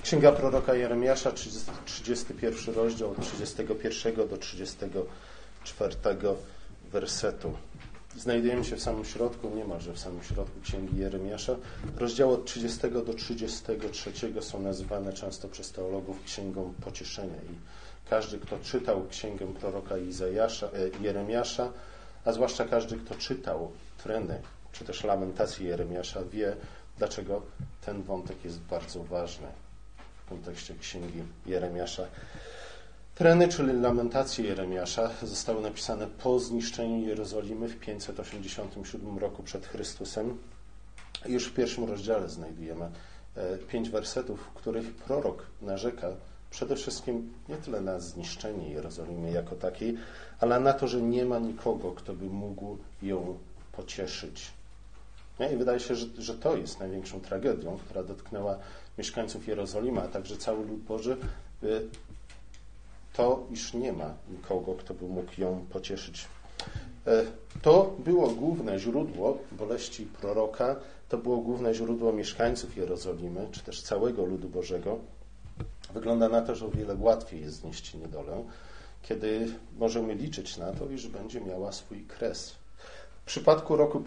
Księga proroka Jeremiasza, 31 rozdział, od 31 do 34 wersetu. Znajdujemy się w samym środku, niemalże w samym środku Księgi Jeremiasza. Rozdziały od 30 do 33 są nazywane często przez teologów Księgą Pocieszenia. I każdy, kto czytał Księgę proroka Jeremiasza, a zwłaszcza każdy, kto czytał treny, czy też lamentacje Jeremiasza, wie, dlaczego ten wątek jest bardzo ważny w kontekście Księgi Jeremiasza. Treny, czyli lamentacje Jeremiasza, zostały napisane po zniszczeniu Jerozolimy w 587 roku przed Chrystusem. Już w pierwszym rozdziale znajdujemy 5 wersetów, w których prorok narzeka przede wszystkim nie tyle na zniszczenie Jerozolimy jako takiej, ale na to, że nie ma nikogo, kto by mógł ją pocieszyć. I wydaje się, że to jest największą tragedią, która dotknęła mieszkańców Jerozolimy, a także cały lud Boży, to, iż nie ma nikogo, kto by mógł ją pocieszyć. To było główne źródło boleści proroka, to było główne źródło mieszkańców Jerozolimy, czy też całego ludu Bożego. Wygląda na to, że o wiele łatwiej jest znieść niedolę, kiedy możemy liczyć na to, iż będzie miała swój kres. W przypadku roku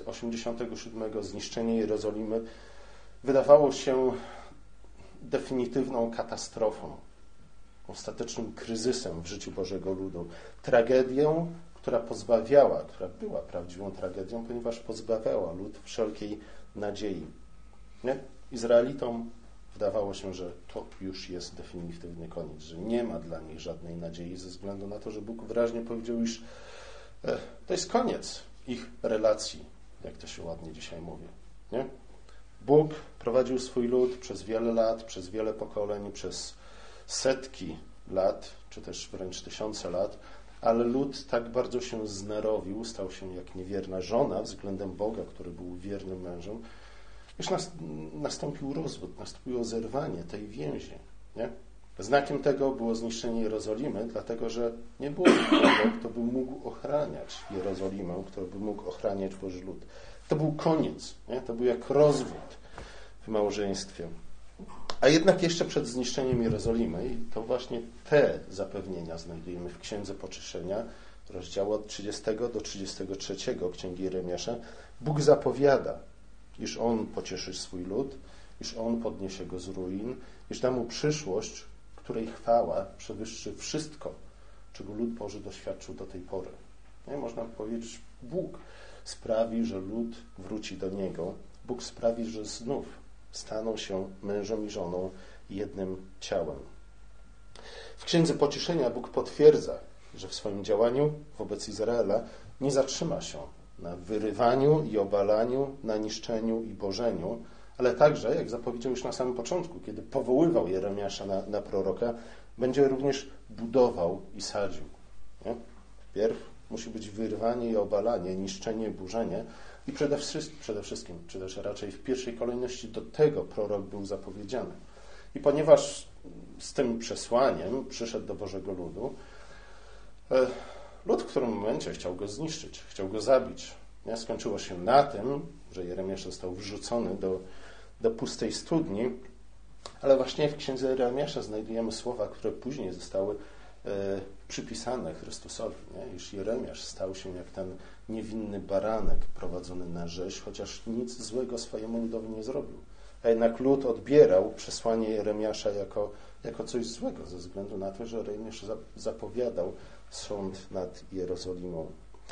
587 zniszczenie Jerozolimy wydawało się definitywną katastrofą, ostatecznym kryzysem w życiu Bożego ludu. Tragedią, która była prawdziwą tragedią, ponieważ pozbawiała lud wszelkiej nadziei. Nie? Izraelitom wydawało się, że to już jest definitywny koniec, że nie ma dla nich żadnej nadziei ze względu na to, że Bóg wyraźnie powiedział, iż to jest koniec ich relacji, jak to się ładnie dzisiaj mówi. Nie? Bóg prowadził swój lud przez wiele lat, przez wiele pokoleń, przez setki lat, czy też wręcz tysiące lat, ale lud tak bardzo się znerowił, stał się jak niewierna żona względem Boga, który był wiernym mężem, już nastąpił rozwód, nastąpiło zerwanie tej więzi. Nie? Znakiem tego było zniszczenie Jerozolimy, dlatego że nie było nikogo, kto by mógł ochraniać Jerozolimę, kto by mógł ochraniać Boży lud. To był koniec, nie? To był jak rozwód w małżeństwie. A jednak jeszcze przed zniszczeniem Jerozolimy, i to właśnie te zapewnienia znajdujemy w Księdze Pocieszenia, rozdziału od 30 do 33 Księgi Jeremiasza, Bóg zapowiada, iż On pocieszy swój lud, iż On podniesie go z ruin, iż da mu przyszłość, której chwała przewyższy wszystko, czego lud Boży doświadczył do tej pory. Nie? Można powiedzieć, Bóg sprawi, że lud wróci do Niego. Bóg sprawi, że znów staną się mężem i żoną jednym ciałem. W Księdze Pocieszenia Bóg potwierdza, że w swoim działaniu wobec Izraela nie zatrzyma się na wyrywaniu i obalaniu, na niszczeniu i bożeniu, ale także, jak zapowiedział już na samym początku, kiedy powoływał Jeremiasza na proroka, będzie również budował i sadził. Nie? Wpierw musi być wyrwanie i obalanie, niszczenie i burzenie i przede wszystkim, czy też raczej w pierwszej kolejności do tego prorok był zapowiedziany. I ponieważ z tym przesłaniem przyszedł do Bożego ludu, lud w którym momencie chciał go zniszczyć, chciał go zabić. Nie? Skończyło się na tym, że Jeremiasz został wrzucony do pustej studni, ale właśnie w Księdze Jeremiasza znajdujemy słowa, które później zostały przypisane Chrystusowi, nie? Iż Jeremiasz stał się jak ten niewinny baranek prowadzony na rzeź, chociaż nic złego swojemu ludowi nie zrobił. A jednak lud odbierał przesłanie Jeremiasza jako coś złego, ze względu na to, że Jeremiasz zapowiadał sąd nad Jerozolimą.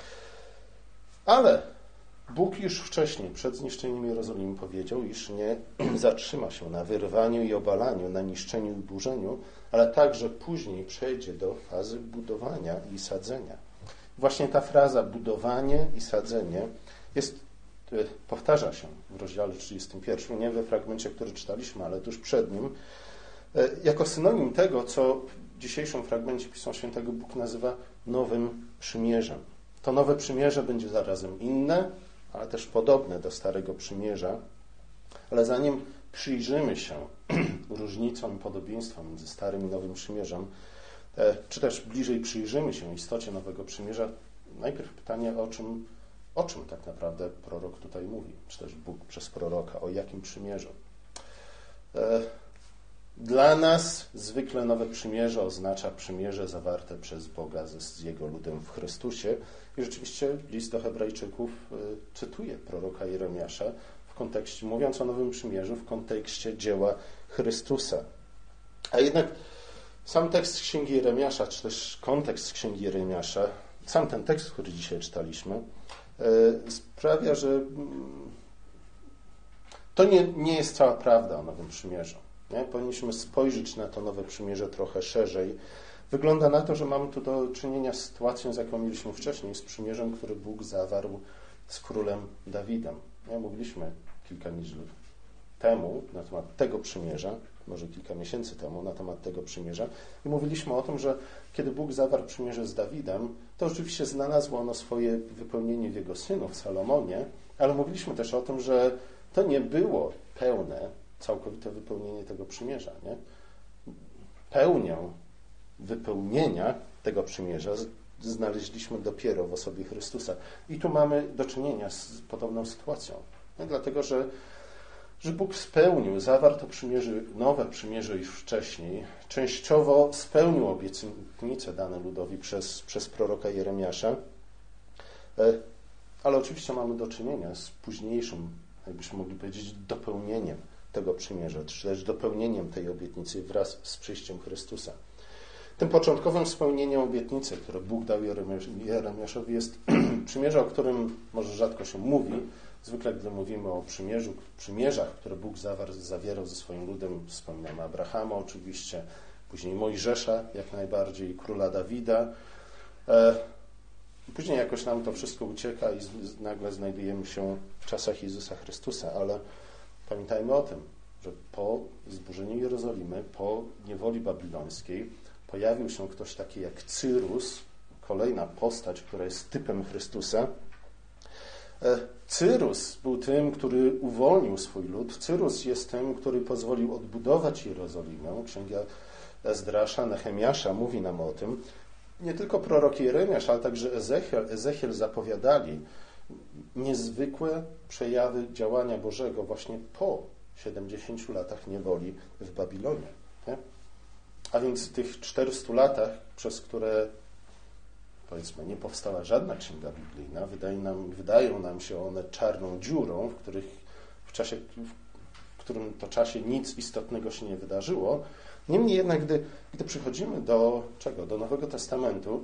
Ale Bóg już wcześniej, przed zniszczeniem Jerozolimy, powiedział, iż nie zatrzyma się na wyrwaniu i obalaniu, na niszczeniu i burzeniu, ale także później przejdzie do fazy budowania i sadzenia. Właśnie ta fraza budowanie i sadzenie powtarza się w rozdziale 31, nie we fragmencie, który czytaliśmy, ale tuż przed nim, jako synonim tego, co w dzisiejszym fragmencie Pisma Świętego Bóg nazywa nowym przymierzem. To nowe przymierze będzie zarazem inne, ale też podobne do Starego Przymierza. Ale zanim przyjrzymy się różnicom i podobieństwom między Starym i Nowym Przymierzem, czy też bliżej przyjrzymy się istocie Nowego Przymierza, najpierw pytanie, o czym tak naprawdę prorok tutaj mówi, czy też Bóg przez proroka, o jakim przymierzu. Dla nas zwykle Nowe Przymierze oznacza przymierze zawarte przez Boga z Jego ludem w Chrystusie. I rzeczywiście list do Hebrajczyków cytuje proroka Jeremiasza w kontekście, mówiąc o Nowym Przymierzu, w kontekście dzieła Chrystusa. A jednak sam tekst Księgi Jeremiasza, czy też kontekst Księgi Jeremiasza, sam ten tekst, który dzisiaj czytaliśmy, sprawia, że to nie jest cała prawda o Nowym Przymierzu. Nie? Powinniśmy spojrzeć na to Nowe Przymierze trochę szerzej. Wygląda na to, że mamy tu do czynienia z sytuacją, z jaką mieliśmy wcześniej, z przymierzem, które Bóg zawarł z królem Dawidem. Nie? Mówiliśmy kilka niedziel temu na temat tego przymierza, może kilka miesięcy temu na temat tego przymierza i mówiliśmy o tym, że kiedy Bóg zawarł przymierze z Dawidem, to oczywiście znalazło ono swoje wypełnienie w jego synu, w Salomonie, ale mówiliśmy też o tym, że to nie było pełne, całkowite wypełnienie tego przymierza. Nie? Pełnię wypełnienia tego przymierza znaleźliśmy dopiero w osobie Chrystusa. I tu mamy do czynienia z podobną sytuacją. Nie? Dlatego, że Bóg spełnił, zawarł to przymierze, nowe przymierze już wcześniej, częściowo spełnił obietnice dane ludowi przez proroka Jeremiasza, ale oczywiście mamy do czynienia z późniejszym, jakbyśmy mogli powiedzieć, dopełnieniem tego przymierza, czy też dopełnieniem tej obietnicy wraz z przyjściem Chrystusa. Tym początkowym spełnieniem obietnicy, które Bóg dał Jeremiaszowi, jest przymierze, o którym może rzadko się mówi. Zwykle, gdy mówimy o przymierzach, które Bóg zawierał ze swoim ludem, wspominamy Abrahama oczywiście, później Mojżesza jak najbardziej, króla Dawida. Później jakoś nam to wszystko ucieka i nagle znajdujemy się w czasach Jezusa Chrystusa, ale pamiętajmy o tym, że po zburzeniu Jerozolimy, po niewoli babilońskiej pojawił się ktoś taki jak Cyrus, kolejna postać, która jest typem Chrystusa. Cyrus był tym, który uwolnił swój lud. Cyrus jest tym, który pozwolił odbudować Jerozolimę. Księga Ezdrasza, Nehemiasza mówi nam o tym. Nie tylko prorok Jeremiasz, ale także Ezechiel zapowiadali niezwykłe przejawy działania Bożego właśnie po 70 latach niewoli w Babilonie. Nie? A więc w tych 400 latach, przez które powiedzmy nie powstała żadna księga biblijna, wydają nam się one czarną dziurą, w którym to czasie nic istotnego się nie wydarzyło. Niemniej jednak, gdy przychodzimy do czego? Do Nowego Testamentu,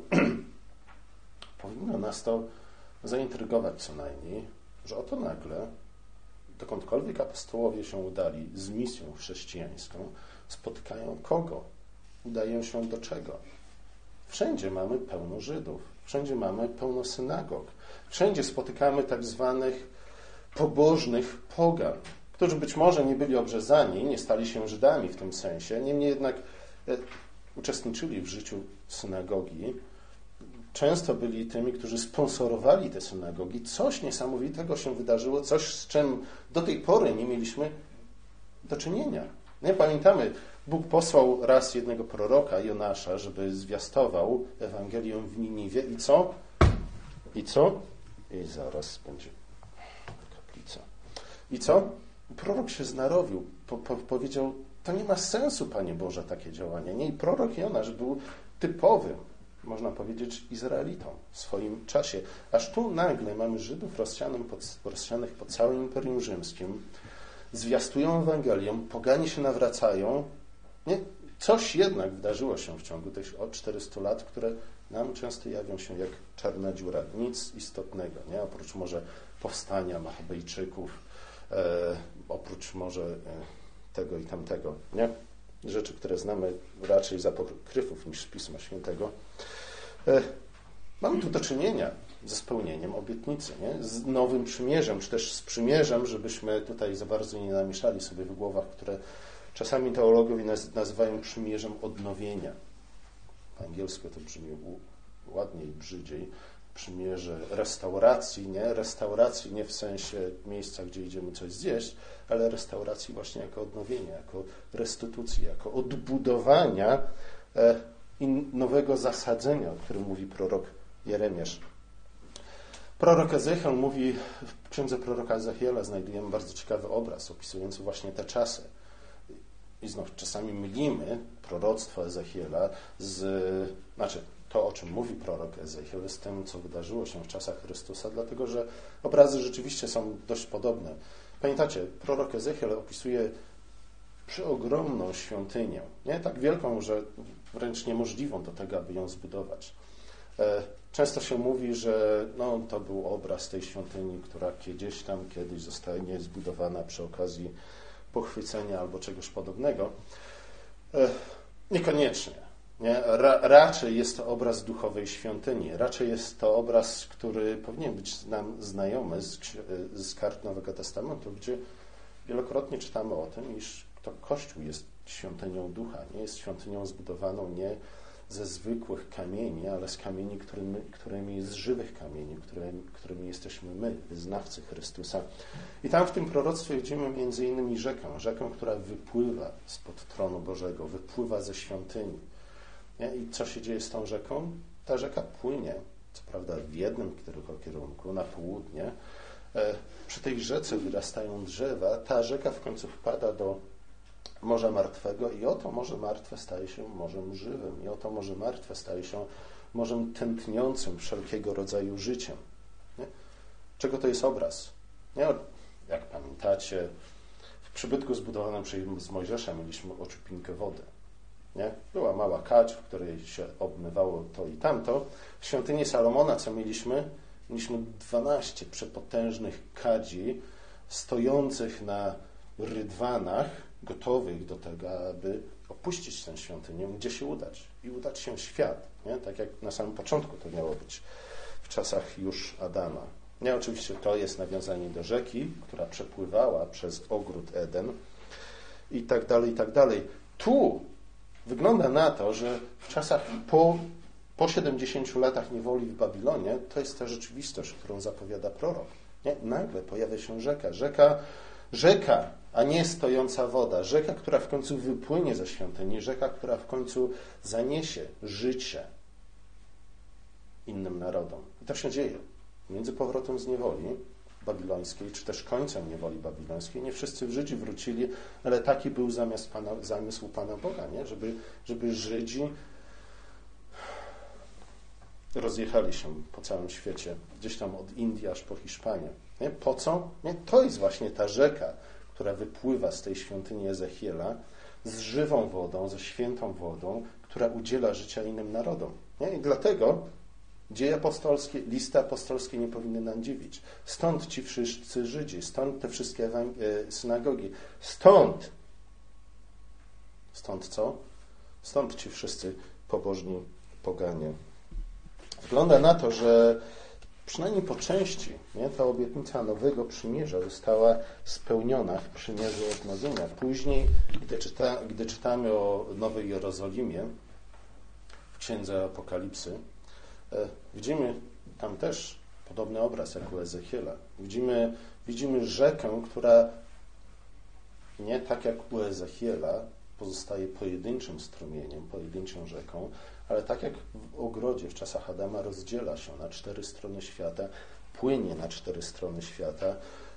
powinno nas to zaintrygować co najmniej, że oto nagle, dokądkolwiek apostołowie się udali z misją chrześcijańską, spotykają kogo? Udają się do czego? Wszędzie mamy pełno Żydów, wszędzie mamy pełno synagog, wszędzie spotykamy tak zwanych pobożnych pogan, którzy być może nie byli obrzezani, nie stali się Żydami w tym sensie, niemniej jednak uczestniczyli w życiu synagogi, często byli tymi, którzy sponsorowali te synagogi. Coś niesamowitego się wydarzyło, coś, z czym do tej pory nie mieliśmy do czynienia. Nie pamiętamy, Bóg posłał raz jednego proroka, Jonasza, żeby zwiastował Ewangelię w Niniwie i co? I co? I zaraz będzie kaplica. I co? Prorok się znarowił, powiedział, to nie ma sensu, Panie Boże, takie działanie. Nie? I prorok Jonasz był typowym, można powiedzieć, Izraelitą w swoim czasie. Aż tu nagle mamy Żydów rozsianych po całym Imperium Rzymskim, zwiastują Ewangelię, poganie się nawracają. Nie? Coś jednak wydarzyło się w ciągu tych 400 lat, które nam często jawią się jak czarna dziura. Nic istotnego, nie? Oprócz może powstania Machabejczyków, oprócz może tego i tamtego. Nie? Rzeczy, które znamy raczej z apokryfów niż z Pisma Świętego. Mamy tu do czynienia ze spełnieniem obietnicy, nie? Z nowym przymierzem, czy też z przymierzem, żebyśmy tutaj za bardzo nie namieszali sobie w głowach, które czasami teologowie nazywają przymierzem odnowienia. Po angielsku to brzmi ładniej, brzydziej. Przymierze restauracji, nie? Restauracji nie w sensie miejsca, gdzie idziemy coś zjeść, ale restauracji właśnie jako odnowienia, jako restytucji, jako odbudowania i nowego zasadzenia, o którym mówi prorok Jeremiasz. Prorok Ezechiel mówi, w księdze proroka Ezechiela znajdujemy bardzo ciekawy obraz opisujący właśnie te czasy. i znów czasami mylimy proroctwo Ezechiela to, o czym mówi prorok Ezechiel, z tym, co wydarzyło się w czasach Chrystusa, dlatego że obrazy rzeczywiście są dość podobne. Pamiętacie, prorok Ezechiel opisuje przeogromną świątynię, nie? Tak wielką, że wręcz niemożliwą do tego, aby ją zbudować. Często się mówi, że to był obraz tej świątyni, która kiedyś zostanie zbudowana przy okazji pochwycenia albo czegoś podobnego. Niekoniecznie. Nie? Raczej jest to obraz duchowej świątyni. Raczej jest to obraz, który powinien być nam znajomy z kart Nowego Testamentu, gdzie wielokrotnie czytamy o tym, iż to Kościół jest świątynią ducha. Nie jest świątynią zbudowaną nie ze zwykłych kamieni, ale z kamieni, z żywych kamieni, którymi jesteśmy my, wyznawcy Chrystusa. I tam w tym proroctwie widzimy między innymi rzekę, która wypływa spod tronu Bożego, wypływa ze świątyni. Nie? I co się dzieje z tą rzeką? Ta rzeka płynie, co prawda w jednym tylko kierunku, na południe. Przy tej rzece wyrastają drzewa. Ta rzeka w końcu wpada do Morza Martwego i oto Morze Martwe staje się morzem żywym. I oto Morze Martwe staje się morzem tętniącym wszelkiego rodzaju życiem. Nie? Czego to jest obraz? Nie? Jak pamiętacie, w przybytku zbudowanym przez Mojżesza mieliśmy oczupinkę wody. Nie? Była mała kadź, w której się obmywało to i tamto. W świątyni Salomona co mieliśmy? Mieliśmy 12 przepotężnych kadzi stojących na rydwanach, gotowych do tego, aby opuścić tę świątynię, gdzie się udać. I udać się w świat. Nie? Tak jak na samym początku to miało być w czasach już Adama. Nie, oczywiście to jest nawiązanie do rzeki, która przepływała przez ogród Eden i tak dalej, i tak dalej. Tu wygląda na to, że w czasach po 70 latach niewoli w Babilonie to jest ta rzeczywistość, którą zapowiada prorok. Nie? Nagle pojawia się rzeka, a nie stojąca woda. Rzeka, która w końcu wypłynie ze świątyni. Rzeka, która w końcu zaniesie życie innym narodom. I to się dzieje. Między powrotem z niewoli babilońskiej, czy też końcem niewoli babilońskiej, nie wszyscy Żydzi wrócili, ale taki był zamysł Pana Boga, nie? Żeby Żydzi rozjechali się po całym świecie, gdzieś tam od Indii aż po Hiszpanię. Nie? Po co? Nie? To jest właśnie ta rzeka, która wypływa z tej świątyni Ezechiela z żywą wodą, ze świętą wodą, która udziela życia innym narodom. Nie? I dlatego dzieje apostolskie, listy apostolskie nie powinny nam dziwić. Stąd ci wszyscy Żydzi, stąd te wszystkie synagogi, stąd co? Stąd ci wszyscy pobożni poganie. Wygląda na to, że przynajmniej po części ta obietnica Nowego Przymierza została spełniona w Przymierzu Odnowienia. Później, gdy czytamy o Nowej Jerozolimie w Księdze Apokalipsy, widzimy tam też podobny obraz jak u Ezechiela. Widzimy rzekę, która nie tak jak u Ezechiela pozostaje pojedynczym strumieniem, pojedynczą rzeką, ale tak jak w ogrodzie w czasach Adama rozdziela się na 4 strony świata, płynie na 4 strony świata.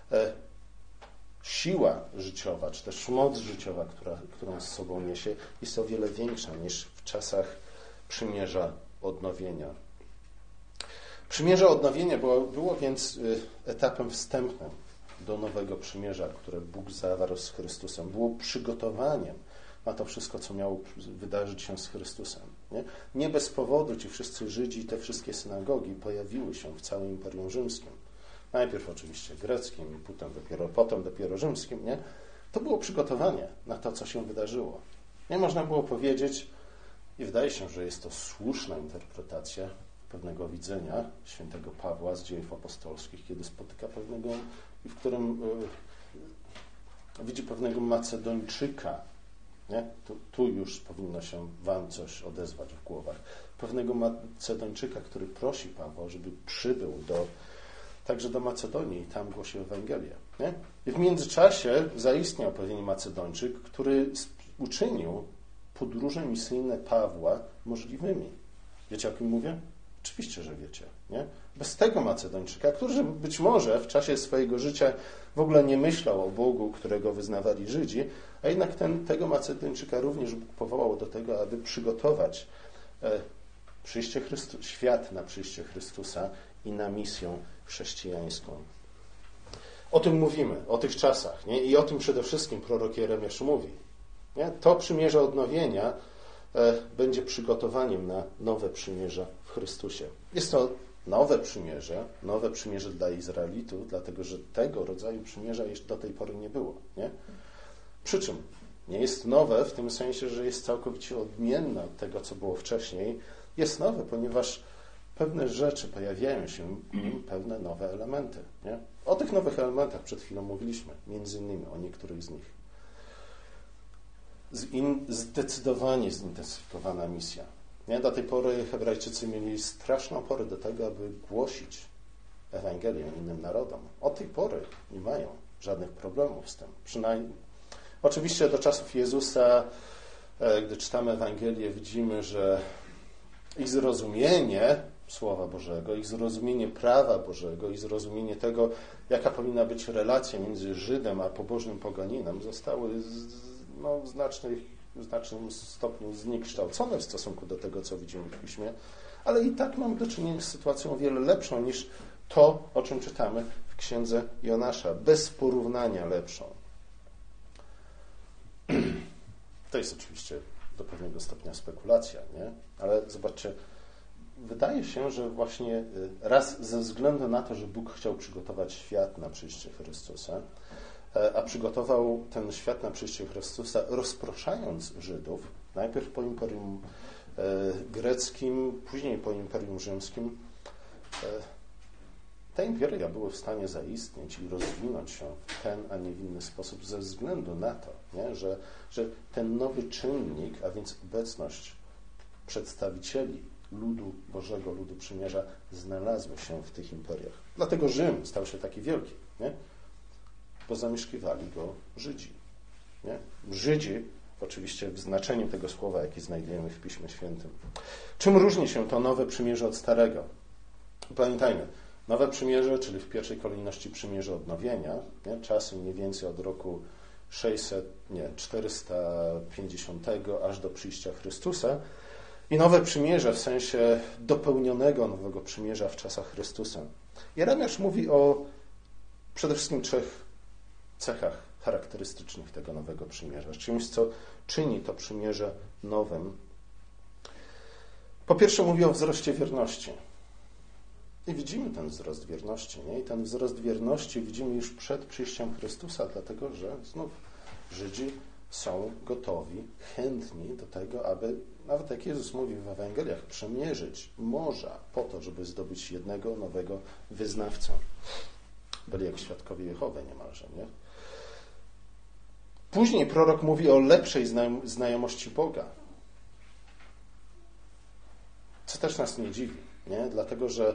Siła życiowa, czy też moc życiowa, którą z sobą niesie, jest o wiele większa niż w czasach Przymierza Odnowienia. Przymierze Odnowienia było więc etapem wstępnym do Nowego Przymierza, które Bóg zawarł z Chrystusem. Było przygotowaniem na to wszystko, co miało wydarzyć się z Chrystusem. Nie bez powodu ci wszyscy Żydzi i te wszystkie synagogi pojawiły się w całym Imperium Rzymskim. Najpierw oczywiście greckim, potem dopiero rzymskim. Nie? To było przygotowanie na to, co się wydarzyło. Nie można było powiedzieć, i wydaje się, że jest to słuszna interpretacja pewnego widzenia świętego Pawła z Dziejów Apostolskich, kiedy spotyka w którym widzi pewnego Macedończyka. Nie? Tu już powinno się wam coś odezwać w głowach. Pewnego Macedończyka, który prosi Pawła, żeby przybył także do Macedonii i tam głosił Ewangelię. Nie? I w międzyczasie zaistniał pewien Macedończyk, który uczynił podróże misyjne Pawła możliwymi. Wiecie, o kim mówię? Oczywiście, że wiecie. Nie? Bez tego Macedończyka, który być może w czasie swojego życia w ogóle nie myślał o Bogu, którego wyznawali Żydzi, a jednak tego Macedończyka również Bóg powołał do tego, aby przygotować świat na przyjście Chrystusa i na misję chrześcijańską. O tym mówimy, o tych czasach, nie? I o tym przede wszystkim prorok Jeremiasz mówi. Nie? To przymierze odnowienia będzie przygotowaniem na nowe przymierze w Chrystusie. Jest to nowe przymierze dla Izraelitów, dlatego że tego rodzaju przymierza jeszcze do tej pory nie było. Nie? Przy czym nie jest nowe w tym sensie, że jest całkowicie odmienne od tego, co było wcześniej. Jest nowe, ponieważ pewne rzeczy pojawiają się w nim, pewne nowe elementy. Nie? O tych nowych elementach przed chwilą mówiliśmy, między innymi o niektórych z nich. Zdecydowanie zintensyfikowana misja. Nie? Do tej pory Hebrajczycy mieli straszną porę do tego, aby głosić Ewangelię innym narodom. Od tej pory nie mają żadnych problemów z tym. Przynajmniej, oczywiście do czasów Jezusa, gdy czytamy Ewangelię, widzimy, że ich zrozumienie Słowa Bożego, ich zrozumienie prawa Bożego, ich zrozumienie tego, jaka powinna być relacja między Żydem a pobożnym poganinem, zostały w znacznym stopniu zniekształcone w stosunku do tego, co widzimy w Piśmie, ale i tak mamy do czynienia z sytuacją o wiele lepszą niż to, o czym czytamy w księdze Jonasza. Bez porównania lepszą. To jest oczywiście do pewnego stopnia spekulacja, nie? Ale zobaczcie, wydaje się, że właśnie raz ze względu na to, że Bóg chciał przygotować świat na przyjście Chrystusa, a przygotował ten świat na przyjście Chrystusa, rozproszając Żydów, najpierw po Imperium Greckim, później po Imperium Rzymskim, te imperia były w stanie zaistnieć i rozwinąć się w ten, a nie w inny sposób ze względu na to, nie? Że ten nowy czynnik, a więc obecność przedstawicieli ludu Bożego, ludu przymierza, znalazły się w tych imperiach. Dlatego Rzym stał się taki wielki, nie? Bo zamieszkiwali go Żydzi. Nie? Żydzi, oczywiście w znaczeniu tego słowa, jakie znajdujemy w Piśmie Świętym. Czym różni się to nowe przymierze od starego? Pamiętajmy, nowe przymierze, czyli w pierwszej kolejności przymierze odnowienia, nie? Czasy mniej więcej od roku 450 aż do przyjścia Chrystusa, i nowe przymierze w sensie dopełnionego nowego przymierza w czasach Chrystusa. Jeremiasz mówi o przede wszystkim 3 cechach charakterystycznych tego nowego przymierza. Czymś, co czyni to przymierze nowym. Po pierwsze mówi o wzroście wierności. I widzimy ten wzrost wierności. Nie? I ten wzrost wierności widzimy już przed przyjściem Chrystusa, dlatego że znów Żydzi są gotowi, chętni do tego, aby, nawet jak Jezus mówi w Ewangeliach, przemierzyć morza po to, żeby zdobyć jednego nowego wyznawcę. Byli jak świadkowie Jehowy niemalże, nie? Później prorok mówi o lepszej znajomości Boga. Co też nas nie dziwi, nie? Dlatego, że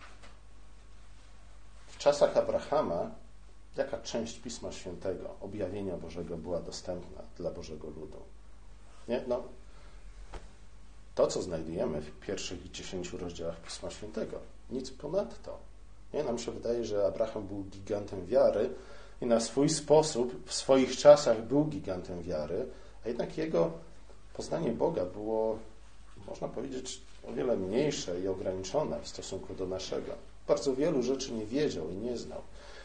w czasach Abrahama jaka część Pisma Świętego, objawienia Bożego była dostępna dla Bożego ludu? Nie? No, to, co znajdujemy w pierwszych 10 rozdziałach Pisma Świętego. Nic ponadto. Nie? Nam się wydaje, że Abraham był gigantem wiary i na swój sposób w swoich czasach był gigantem wiary, a jednak jego poznanie Boga było, można powiedzieć, o wiele mniejsze i ograniczone w stosunku do naszego. Bardzo wielu rzeczy nie wiedział i nie znał.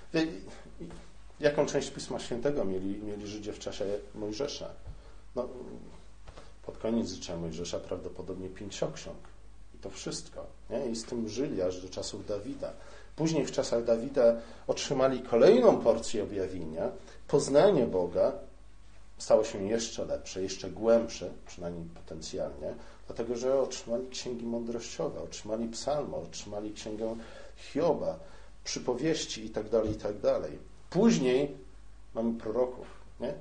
Jaką część Pisma Świętego mieli Żydzi w czasie Mojżesza? No, pod koniec życia Mojżesza prawdopodobnie 5 ksiąg. I to wszystko. Nie? I z tym żyli aż do czasów Dawida. Później w czasach Dawida otrzymali kolejną porcję objawienia. Poznanie Boga stało się jeszcze lepsze, jeszcze głębsze, przynajmniej potencjalnie, dlatego że otrzymali księgi mądrościowe, otrzymali psalmy, otrzymali księgę Hioba, przypowieści itd., itd. Później mamy proroków. Nie?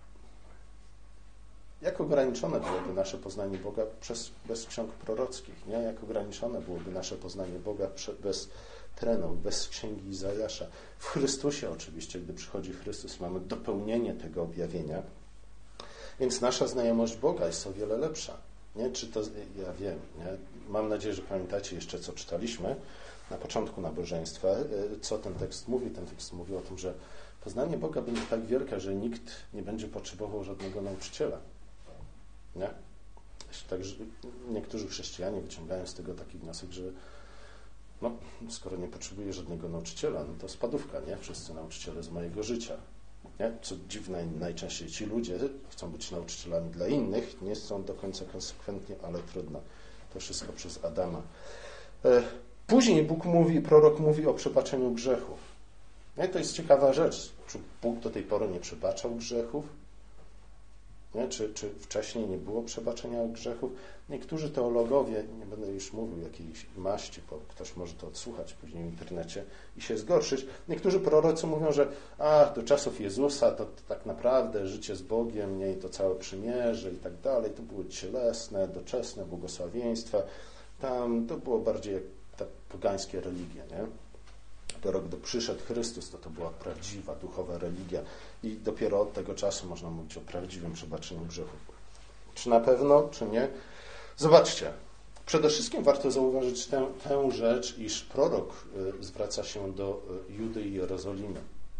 Jak ograniczone byłoby nasze poznanie Boga bez ksiąg prorockich? Nie? Jak ograniczone byłoby nasze poznanie Boga bez trenów, bez księgi Izajasza? W Chrystusie oczywiście, gdy przychodzi Chrystus, mamy dopełnienie tego objawienia, więc nasza znajomość Boga jest o wiele lepsza. Nie? Czy to, ja wiem, nie? Mam nadzieję, że pamiętacie jeszcze, co czytaliśmy. na początku nabożeństwa. Co ten tekst mówi? Ten tekst mówi o tym, że poznanie Boga będzie tak wielkie, że nikt nie będzie potrzebował żadnego nauczyciela. Nie? Także niektórzy chrześcijanie wyciągają z tego taki wniosek, że skoro nie potrzebuję żadnego nauczyciela, no to spadówka, nie? Wszyscy nauczyciele z mojego życia. Nie? Co dziwne, najczęściej ci ludzie chcą być nauczycielami dla innych, nie są do końca konsekwentnie, ale trudno. To wszystko przez Adama. Później prorok mówi o przebaczeniu grzechów. Nie? To jest ciekawa rzecz. Czy Bóg do tej pory nie przebaczał grzechów? Nie? Czy wcześniej nie było przebaczenia grzechów? Niektórzy teologowie, nie będę już mówił jakiejś maści, bo ktoś może to odsłuchać później w internecie i się zgorszyć. Niektórzy prorocy mówią, że do czasów Jezusa to tak naprawdę życie z Bogiem, nie, i to całe przymierze i tak dalej, to były cielesne, doczesne błogosławieństwa. Tam to było bardziej jak te pogańskie religie, nie? Dopiero gdy przyszedł Chrystus, to była prawdziwa, duchowa religia i dopiero od tego czasu można mówić o prawdziwym przebaczeniu grzechów. Czy na pewno, czy nie? Zobaczcie, przede wszystkim warto zauważyć tę rzecz, iż prorok zwraca się do Judy i Jerozolimy.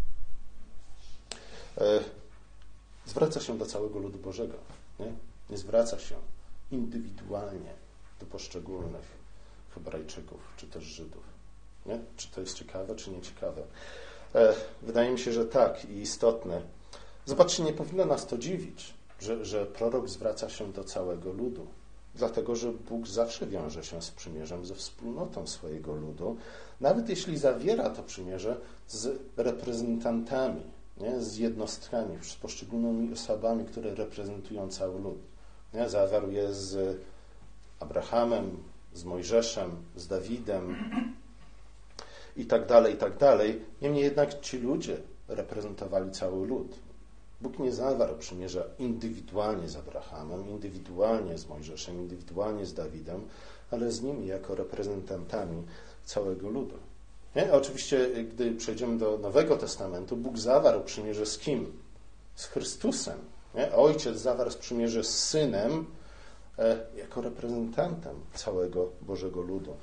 Zwraca się do całego ludu Bożego. Nie zwraca się indywidualnie do poszczególnych Hebrajczyków, czy też Żydów. Nie? Czy to jest ciekawe, czy nieciekawe? Wydaje mi się, że tak i istotne. Zobaczcie, nie powinno nas to dziwić, że prorok zwraca się do całego ludu. Dlatego, że Bóg zawsze wiąże się z przymierzem ze wspólnotą swojego ludu, nawet jeśli zawiera to przymierze z reprezentantami, nie? Z jednostkami, z poszczególnymi osobami, które reprezentują cały lud. Nie? Zawarł je z Abrahamem, z Mojżeszem, z Dawidem i tak dalej, i tak dalej. Niemniej jednak ci ludzie reprezentowali cały lud. Bóg nie zawarł przymierza indywidualnie z Abrahamem, indywidualnie z Mojżeszem, indywidualnie z Dawidem, ale z nimi jako reprezentantami całego ludu. Nie? Oczywiście, gdy przejdziemy do Nowego Testamentu, Bóg zawarł przymierze z kim? Z Chrystusem. Nie? Ojciec zawarł przymierze z Synem jako reprezentantem całego Bożego ludu.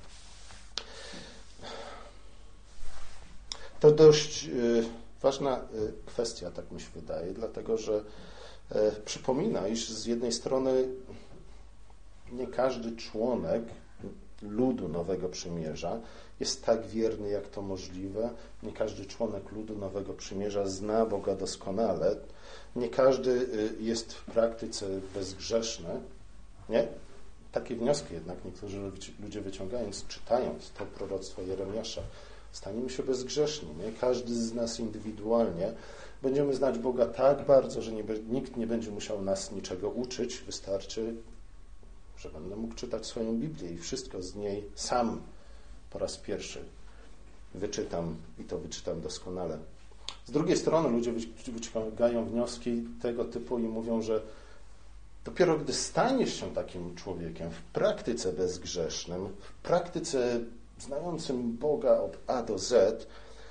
To dość ważna kwestia, tak mi się wydaje, dlatego że przypomina, iż z jednej strony nie każdy członek ludu Nowego Przymierza jest tak wierny, jak to możliwe. Nie każdy członek ludu Nowego Przymierza zna Boga doskonale. Nie każdy jest w praktyce bezgrzeszny. Nie? Takie wnioski jednak niektórzy ludzie wyciągając, czytając to proroctwo Jeremiasza, staniemy się bezgrzeszni. Nie? Każdy z nas indywidualnie będziemy znać Boga tak bardzo, że nikt nie będzie musiał nas niczego uczyć. Wystarczy, że będę mógł czytać swoją Biblię i wszystko z niej sam po raz pierwszy wyczytam i to wyczytam doskonale. Z drugiej strony ludzie wyciągają wnioski tego typu i mówią, że dopiero gdy staniesz się takim człowiekiem w praktyce bezgrzesznym, w praktyce znającym Boga od A do Z,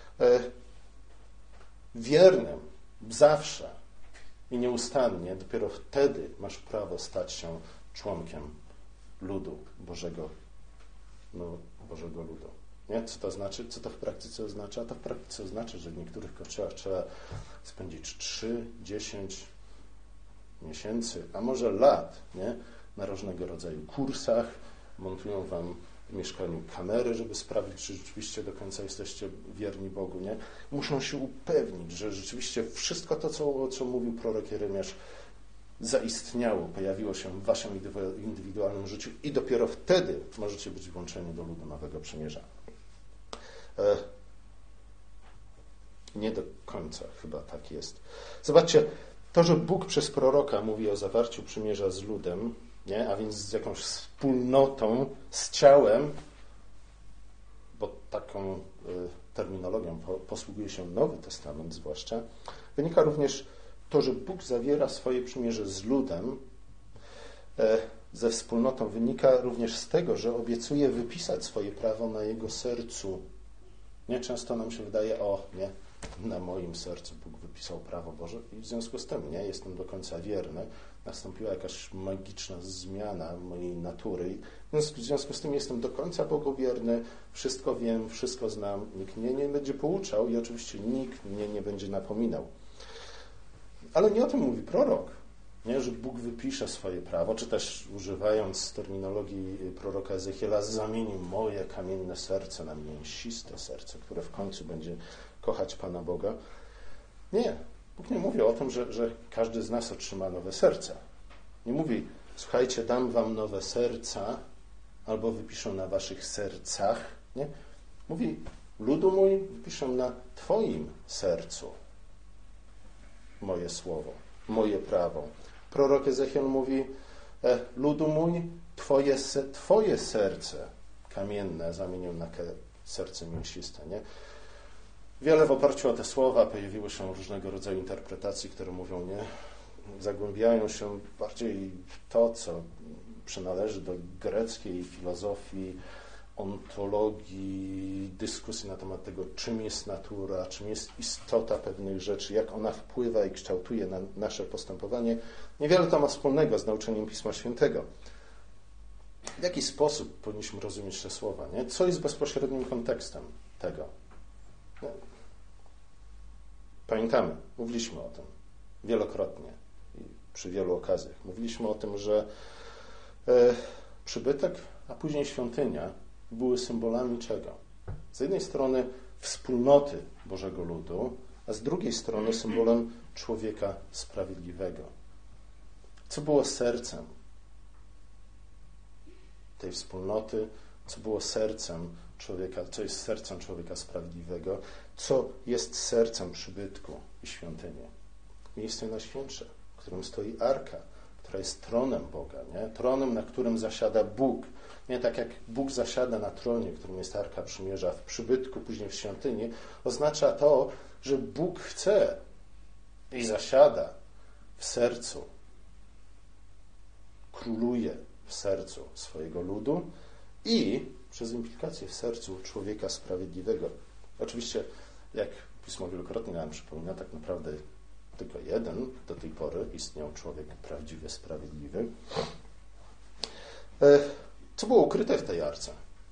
wiernym zawsze i nieustannie, dopiero wtedy masz prawo stać się członkiem ludu Bożego, Bożego ludu. Nie? Co to znaczy? Co to w praktyce oznacza? To w praktyce oznacza, że w niektórych kościołach trzeba spędzić 3, 10 miesięcy, a może lat, nie? Na różnego rodzaju kursach. Montują wam w mieszkaniu kamery, żeby sprawdzić, czy rzeczywiście do końca jesteście wierni Bogu. Nie? Muszą się upewnić, że rzeczywiście wszystko to, o czym mówił prorok Jeremiasz, zaistniało, pojawiło się w waszym indywidualnym życiu i dopiero wtedy możecie być włączeni do ludu Nowego Przymierza. Nie do końca chyba tak jest. Zobaczcie, to, że Bóg przez proroka mówi o zawarciu przymierza z ludem, nie? A więc z jakąś wspólnotą, z ciałem, bo taką terminologią posługuje się Nowy Testament zwłaszcza, wynika również to, że Bóg zawiera swoje przymierze z ludem, ze wspólnotą, wynika również z tego, że obiecuje wypisać swoje prawo na jego sercu. Nie? Często nam się wydaje, na moim sercu Bóg wypisał prawo Boże i w związku z tym nie jestem do końca wierny. Nastąpiła jakaś magiczna zmiana mojej natury. W związku z tym jestem do końca Bogu wierny, wszystko wiem, wszystko znam, nikt mnie nie będzie pouczał i oczywiście nikt mnie nie będzie napominał. Ale nie o tym mówi prorok, nie? Że Bóg wypisze swoje prawo, czy też używając terminologii proroka Ezechiela, zamieni moje kamienne serce na mięsiste serce, które w końcu będzie kochać Pana Boga. Nie. Bóg nie mówi o tym, że każdy z nas otrzyma nowe serce. Nie mówi, słuchajcie, dam wam nowe serca, albo wypiszę na waszych sercach. Nie? Mówi, ludu mój, wypiszę na twoim sercu moje słowo, moje prawo. Prorok Ezechiel mówi, ludu mój, twoje serce kamienne zamienił na serce mięsiste. Nie? Wiele w oparciu o te słowa pojawiły się różnego rodzaju interpretacje, które mówią, nie, zagłębiają się bardziej w to, co przynależy do greckiej filozofii, ontologii, dyskusji na temat tego, czym jest natura, czym jest istota pewnych rzeczy, jak ona wpływa i kształtuje na nasze postępowanie. Niewiele to ma wspólnego z nauczeniem Pisma Świętego. W jaki sposób powinniśmy rozumieć te słowa? Nie? Co jest bezpośrednim kontekstem tego? Pamiętamy, mówiliśmy o tym wielokrotnie i przy wielu okazjach. Mówiliśmy o tym, że przybytek, a później świątynia były symbolami czego? Z jednej strony wspólnoty Bożego ludu, a z drugiej strony symbolem człowieka sprawiedliwego. Co było sercem tej wspólnoty? Co było sercem człowieka, co jest sercem człowieka sprawiedliwego, co jest sercem przybytku i świątyni. Miejsce najświętsze, w którym stoi arka, która jest tronem Boga, nie? Tronem, na którym zasiada Bóg. Nie tak jak Bóg zasiada na tronie, którym jest Arka Przymierza w przybytku, później w świątyni, oznacza to, że Bóg chce i zasiada w sercu, króluje w sercu swojego ludu i przez implikację w sercu człowieka sprawiedliwego. Oczywiście, jak Pismo wielokrotnie nam przypomina, tak naprawdę tylko jeden do tej pory istniał człowiek prawdziwy, sprawiedliwy. Co było ukryte w tej arce?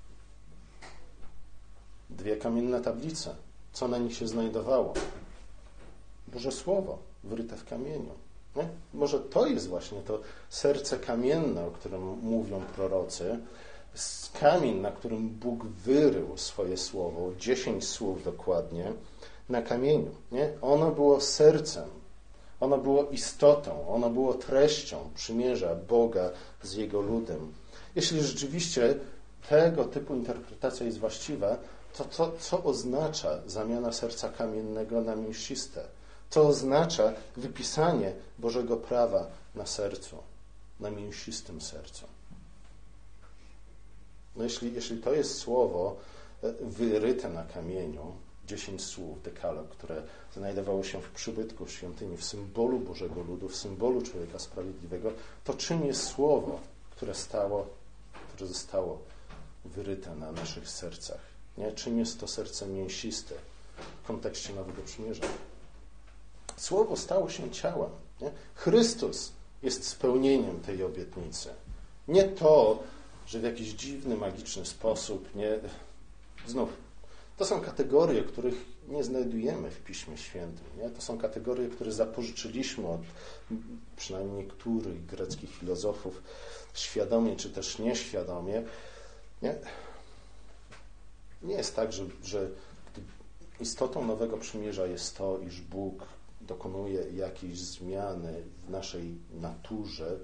2 kamienne tablice. Co na nich się znajdowało? Boże Słowo wyryte w kamieniu. Nie? Może to jest właśnie to serce kamienne, o którym mówią prorocy. Kamień, na którym Bóg wyrył swoje słowo, 10 słów dokładnie, na kamieniu. Nie? Ono było sercem, ono było istotą, ono było treścią przymierza Boga z Jego ludem. Jeśli rzeczywiście tego typu interpretacja jest właściwa, to co oznacza zamiana serca kamiennego na mięsiste? Co oznacza wypisanie Bożego prawa na sercu, na mięsistym sercu? No jeśli to jest słowo wyryte na kamieniu, 10 słów, dekalog, które znajdowało się w przybytku w świątyni, w symbolu Bożego ludu, w symbolu człowieka sprawiedliwego, to czym jest słowo, które zostało wyryte na naszych sercach? Nie? Czym jest to serce mięsiste w kontekście Nowego Przymierza? Słowo stało się ciałem. Nie? Chrystus jest spełnieniem tej obietnicy. Nie to, że w jakiś dziwny, magiczny sposób, nie. Znów, to są kategorie, których nie znajdujemy w Piśmie Świętym. Nie? To są kategorie, które zapożyczyliśmy od przynajmniej niektórych greckich filozofów, świadomie czy też nieświadomie. Nie jest tak, że istotą Nowego Przymierza jest to, iż Bóg dokonuje jakiejś zmiany w naszej naturze.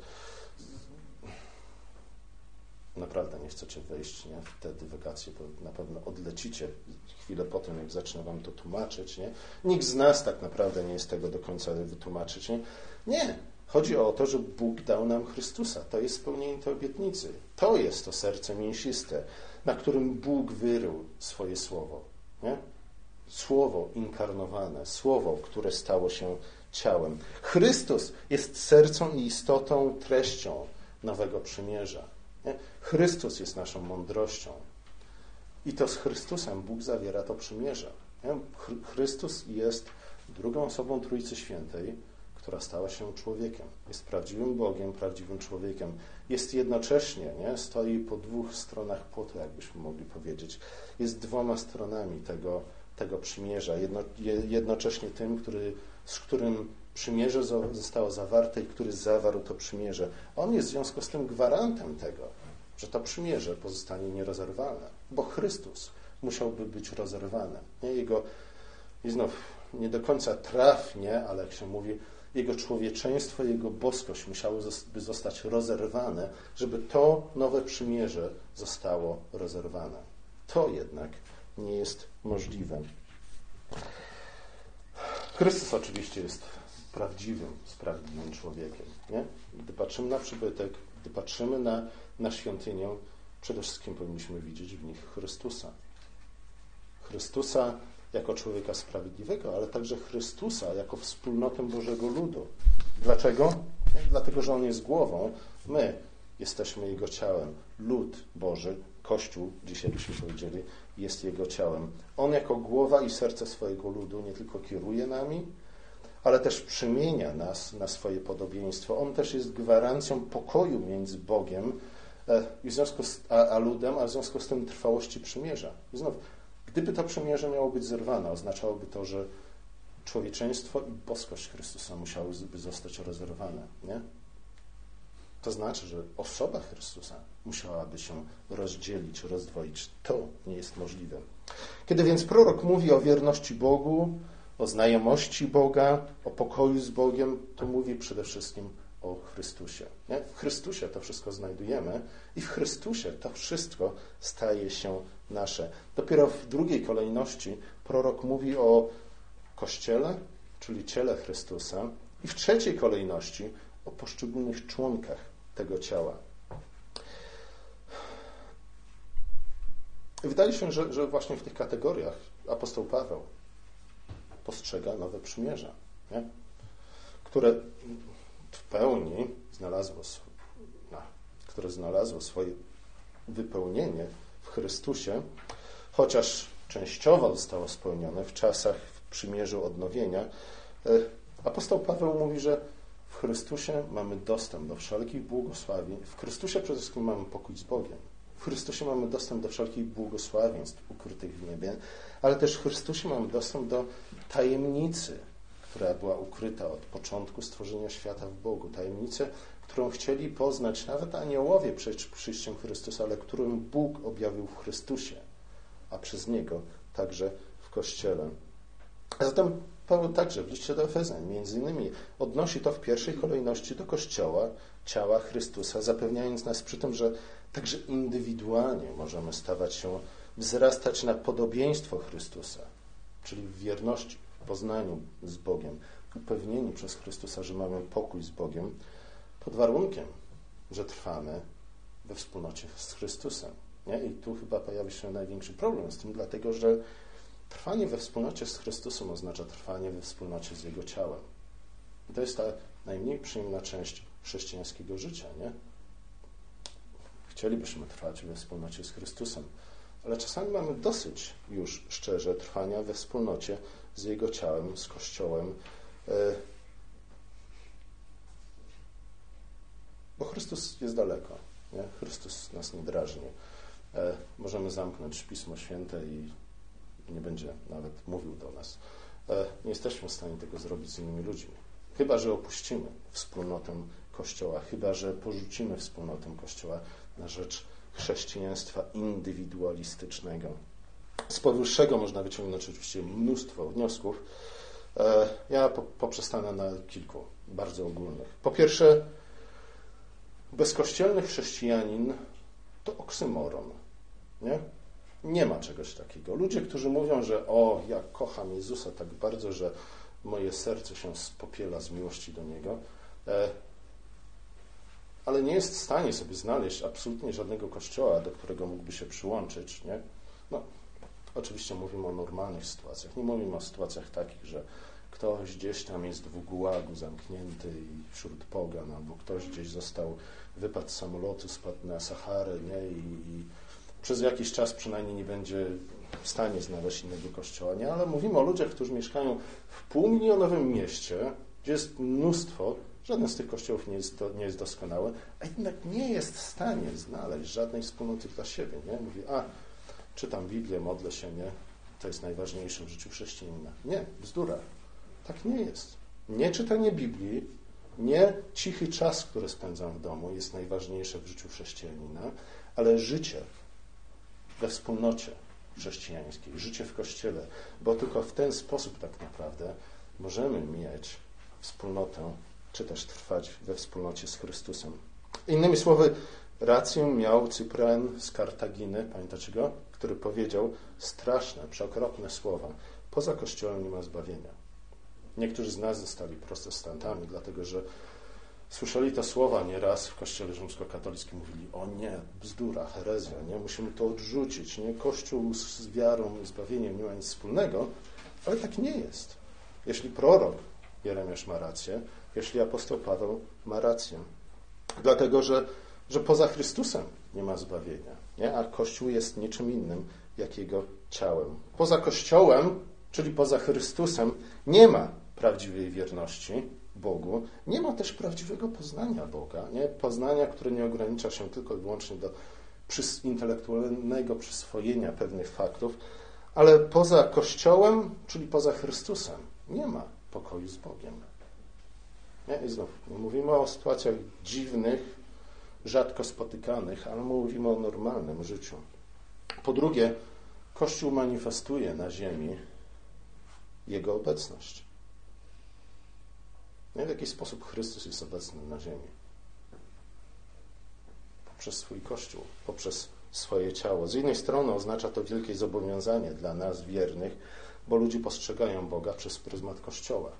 Naprawdę nie chcecie wejść w te dywagacje, bo na pewno odlecicie chwilę po tym, jak zacznę wam to tłumaczyć. Nie? Nikt z nas tak naprawdę nie jest tego do końca wytłumaczyć. Nie. Chodzi o to, że Bóg dał nam Chrystusa. To jest spełnienie tej obietnicy. To jest to serce mięsiste, na którym Bóg wyrył swoje słowo. Nie? Słowo inkarnowane, słowo, które stało się ciałem. Chrystus jest sercem i istotą, treścią Nowego Przymierza. Nie? Chrystus jest naszą mądrością. I to z Chrystusem Bóg zawiera to przymierze. Nie? Chrystus jest drugą osobą Trójcy Świętej, która stała się człowiekiem. Jest prawdziwym Bogiem, prawdziwym człowiekiem. Jest jednocześnie, nie? Stoi po dwóch stronach płotu, jakbyśmy mogli powiedzieć. Jest dwoma stronami tego przymierza. Jednocześnie tym, z którym przymierze zostało zawarte i który zawarł to przymierze. On jest w związku z tym gwarantem tego, że to przymierze pozostanie nierozerwalne, bo Chrystus musiałby być rozerwany. Nie? I znów nie do końca trafnie, ale jak się mówi, Jego człowieczeństwo, Jego boskość musiałyby zostać rozerwane, żeby to nowe przymierze zostało rozerwane. To jednak nie jest możliwe. Chrystus oczywiście jest prawdziwym, sprawiedliwym człowiekiem. Nie? Gdy patrzymy na przybytek, gdy patrzymy na świątynię, przede wszystkim powinniśmy widzieć w nich Chrystusa. Chrystusa jako człowieka sprawiedliwego, ale także Chrystusa jako wspólnotę Bożego ludu. Dlaczego? Dlatego, że On jest głową, my jesteśmy Jego ciałem. Lud Boży, Kościół, dzisiaj byśmy powiedzieli, jest Jego ciałem. On jako głowa i serce swojego ludu nie tylko kieruje nami, ale też przemienia nas na swoje podobieństwo. On też jest gwarancją pokoju między Bogiem a ludem, a w związku z tym trwałości przymierza. I znów, gdyby to przymierze miało być zerwane, oznaczałoby to, że człowieczeństwo i boskość Chrystusa musiałyby zostać rozerwane. Nie? To znaczy, że osoba Chrystusa musiałaby się rozdzielić, rozdwoić. To nie jest możliwe. Kiedy więc prorok mówi o wierności Bogu, o znajomości Boga, o pokoju z Bogiem, to mówi przede wszystkim o Chrystusie. Nie? W Chrystusie to wszystko znajdujemy i w Chrystusie to wszystko staje się nasze. Dopiero w drugiej kolejności prorok mówi o Kościele, czyli ciele Chrystusa, i w trzeciej kolejności o poszczególnych członkach tego ciała. Wydaje się, że właśnie w tych kategoriach apostoł Paweł postrzega nowe przymierze, nie? Które w pełni znalazło swoje wypełnienie w Chrystusie, chociaż częściowo zostało spełnione w czasach w przymierzu odnowienia. Apostoł Paweł mówi, że w Chrystusie mamy dostęp do wszelkich błogosławień. W Chrystusie przede wszystkim mamy pokój z Bogiem. W Chrystusie mamy dostęp do wszelkich błogosławieństw ukrytych w niebie, ale też w Chrystusie mamy dostęp do tajemnicy, która była ukryta od początku stworzenia świata w Bogu. Tajemnicę, którą chcieli poznać nawet aniołowie przed przyjściem Chrystusa, ale którą Bóg objawił w Chrystusie, a przez Niego także w Kościele. A zatem Paweł także w liście do Efezjan między innymi odnosi to w pierwszej kolejności do Kościoła, ciała Chrystusa, zapewniając nas przy tym, że także indywidualnie możemy wzrastać na podobieństwo Chrystusa, czyli w wierności, w poznaniu z Bogiem, upewnieni przez Chrystusa, że mamy pokój z Bogiem, pod warunkiem, że trwamy we wspólnocie z Chrystusem. Nie? I tu chyba pojawi się największy problem z tym, dlatego że trwanie we wspólnocie z Chrystusem oznacza trwanie we wspólnocie z Jego ciałem. I to jest ta najmniej przyjemna część chrześcijańskiego życia, nie? Chcielibyśmy trwać we wspólnocie z Chrystusem, ale czasami mamy dosyć już szczerze trwania we wspólnocie z Jego ciałem, z Kościołem, bo Chrystus jest daleko. Nie? Chrystus nas nie drażni. Możemy zamknąć Pismo Święte i nie będzie nawet mówił do nas. Nie jesteśmy w stanie tego zrobić z innymi ludźmi. Chyba że opuścimy wspólnotę Kościoła, chyba że porzucimy wspólnotę Kościoła na rzecz chrześcijaństwa indywidualistycznego. Z powyższego można wyciągnąć oczywiście mnóstwo wniosków. Ja poprzestanę na kilku bardzo ogólnych. Po pierwsze, bezkościelny chrześcijanin to oksymoron. Nie ma czegoś takiego. Ludzie, którzy mówią, że ja kocham Jezusa tak bardzo, że moje serce się spopiela z miłości do Niego, ale nie jest w stanie sobie znaleźć absolutnie żadnego kościoła, do którego mógłby się przyłączyć. Nie? No, oczywiście mówimy o normalnych sytuacjach. Nie mówimy o sytuacjach takich, że ktoś gdzieś tam jest w gułagu zamknięty i wśród pogan, albo ktoś gdzieś wypadł z samolotu, spadł na Saharę, nie? I przez jakiś czas przynajmniej nie będzie w stanie znaleźć innego kościoła, nie? Ale mówimy o ludziach, którzy mieszkają w półmilionowym mieście, gdzie jest mnóstwo, żaden z tych kościołów nie jest doskonały, a jednak nie jest w stanie znaleźć żadnej wspólnoty dla siebie, nie? Mówi, czytam Biblię, modlę się, nie? To jest najważniejsze w życiu chrześcijanina. Nie, bzdura. Tak nie jest. Nie czytanie Biblii, nie cichy czas, który spędzam w domu jest najważniejsze w życiu chrześcijanina, ale życie we wspólnocie chrześcijańskiej, życie w Kościele, bo tylko w ten sposób tak naprawdę możemy mieć wspólnotę, czy też trwać we wspólnocie z Chrystusem. Innymi słowy, rację miał Cyprian z Kartaginy, pamiętacie go? Który powiedział straszne, przeokropne słowa. Poza Kościołem nie ma zbawienia. Niektórzy z nas zostali protestantami, dlatego że słyszeli te słowa nieraz w Kościele rzymskokatolickim. Mówili, o nie, bzdura, herezja, nie? Musimy to odrzucić. Nie? Kościół z wiarą i zbawieniem nie ma nic wspólnego, ale tak nie jest. Jeśli prorok Jeremiasz ma rację, jeśli apostoł Paweł ma rację. Dlatego, że poza Chrystusem nie ma zbawienia, nie? A Kościół jest niczym innym jak Jego ciałem. Poza Kościołem, czyli poza Chrystusem, nie ma prawdziwej wierności Bogu, nie ma też prawdziwego poznania Boga, nie? Poznania, które nie ogranicza się tylko i wyłącznie do intelektualnego przyswojenia pewnych faktów, ale poza Kościołem, czyli poza Chrystusem, nie ma pokoju z Bogiem. Nie? I znów, nie mówimy o sytuacjach dziwnych, rzadko spotykanych, ale mówimy o normalnym życiu. Po drugie, Kościół manifestuje na ziemi Jego obecność. W jaki sposób Chrystus jest obecny na ziemi? Poprzez swój Kościół, poprzez swoje ciało. Z jednej strony oznacza to wielkie zobowiązanie dla nas wiernych, bo ludzie postrzegają Boga przez pryzmat Kościoła.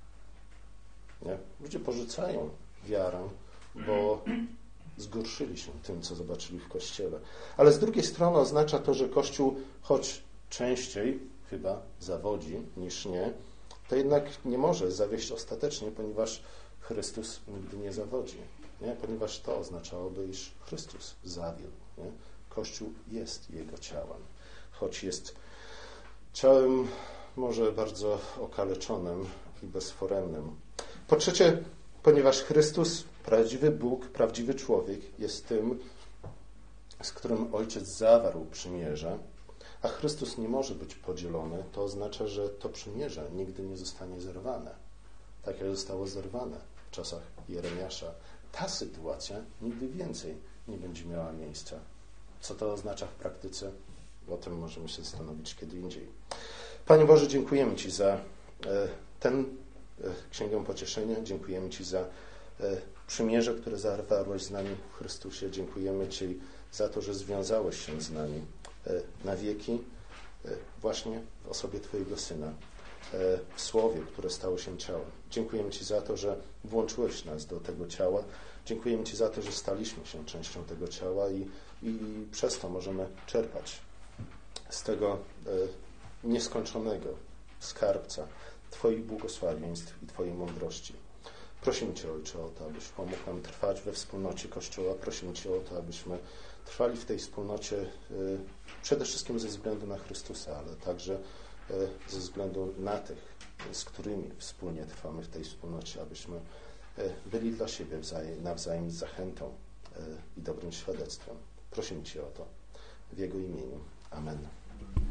Nie? Ludzie porzucają wiarę, bo zgorszyli się tym, co zobaczyli w Kościele. Ale z drugiej strony oznacza to, że Kościół, choć częściej chyba zawodzi niż nie, to jednak nie może zawieść ostatecznie, ponieważ Chrystus nigdy nie zawodzi. Nie? Ponieważ to oznaczałoby, iż Chrystus zawiódł. Nie? Kościół jest Jego ciałem. Choć jest ciałem może bardzo okaleczonym i bezforemnym. Po trzecie, ponieważ Chrystus, prawdziwy Bóg, prawdziwy człowiek, jest tym, z którym Ojciec zawarł przymierze, a Chrystus nie może być podzielony, to oznacza, że to przymierze nigdy nie zostanie zerwane. Tak jak zostało zerwane w czasach Jeremiasza. Ta sytuacja nigdy więcej nie będzie miała miejsca. Co to oznacza w praktyce? O tym możemy się zastanowić kiedy indziej. Panie Boże, dziękujemy Ci za tę Księgę Pocieszenia. Dziękujemy Ci za przymierze, które zawarłeś z nami w Chrystusie. Dziękujemy Ci za to, że związałeś się z nami na wieki właśnie w osobie Twojego Syna, w Słowie, które stało się ciałem. Dziękujemy Ci za to, że włączyłeś nas do tego ciała. Dziękujemy Ci za to, że staliśmy się częścią tego ciała i przez to możemy czerpać z tego nieskończonego skarbca Twoich błogosławieństw i Twojej mądrości. Prosimy Cię, Ojcze, o to, abyś pomógł nam trwać we wspólnocie Kościoła. Prosimy Cię o to, abyśmy trwali w tej wspólnocie przede wszystkim ze względu na Chrystusa, ale także ze względu na tych, z którymi wspólnie trwamy w tej wspólnocie, abyśmy byli dla siebie nawzajem zachętą i dobrym świadectwem. Prosimy Cię o to w Jego imieniu. Amen.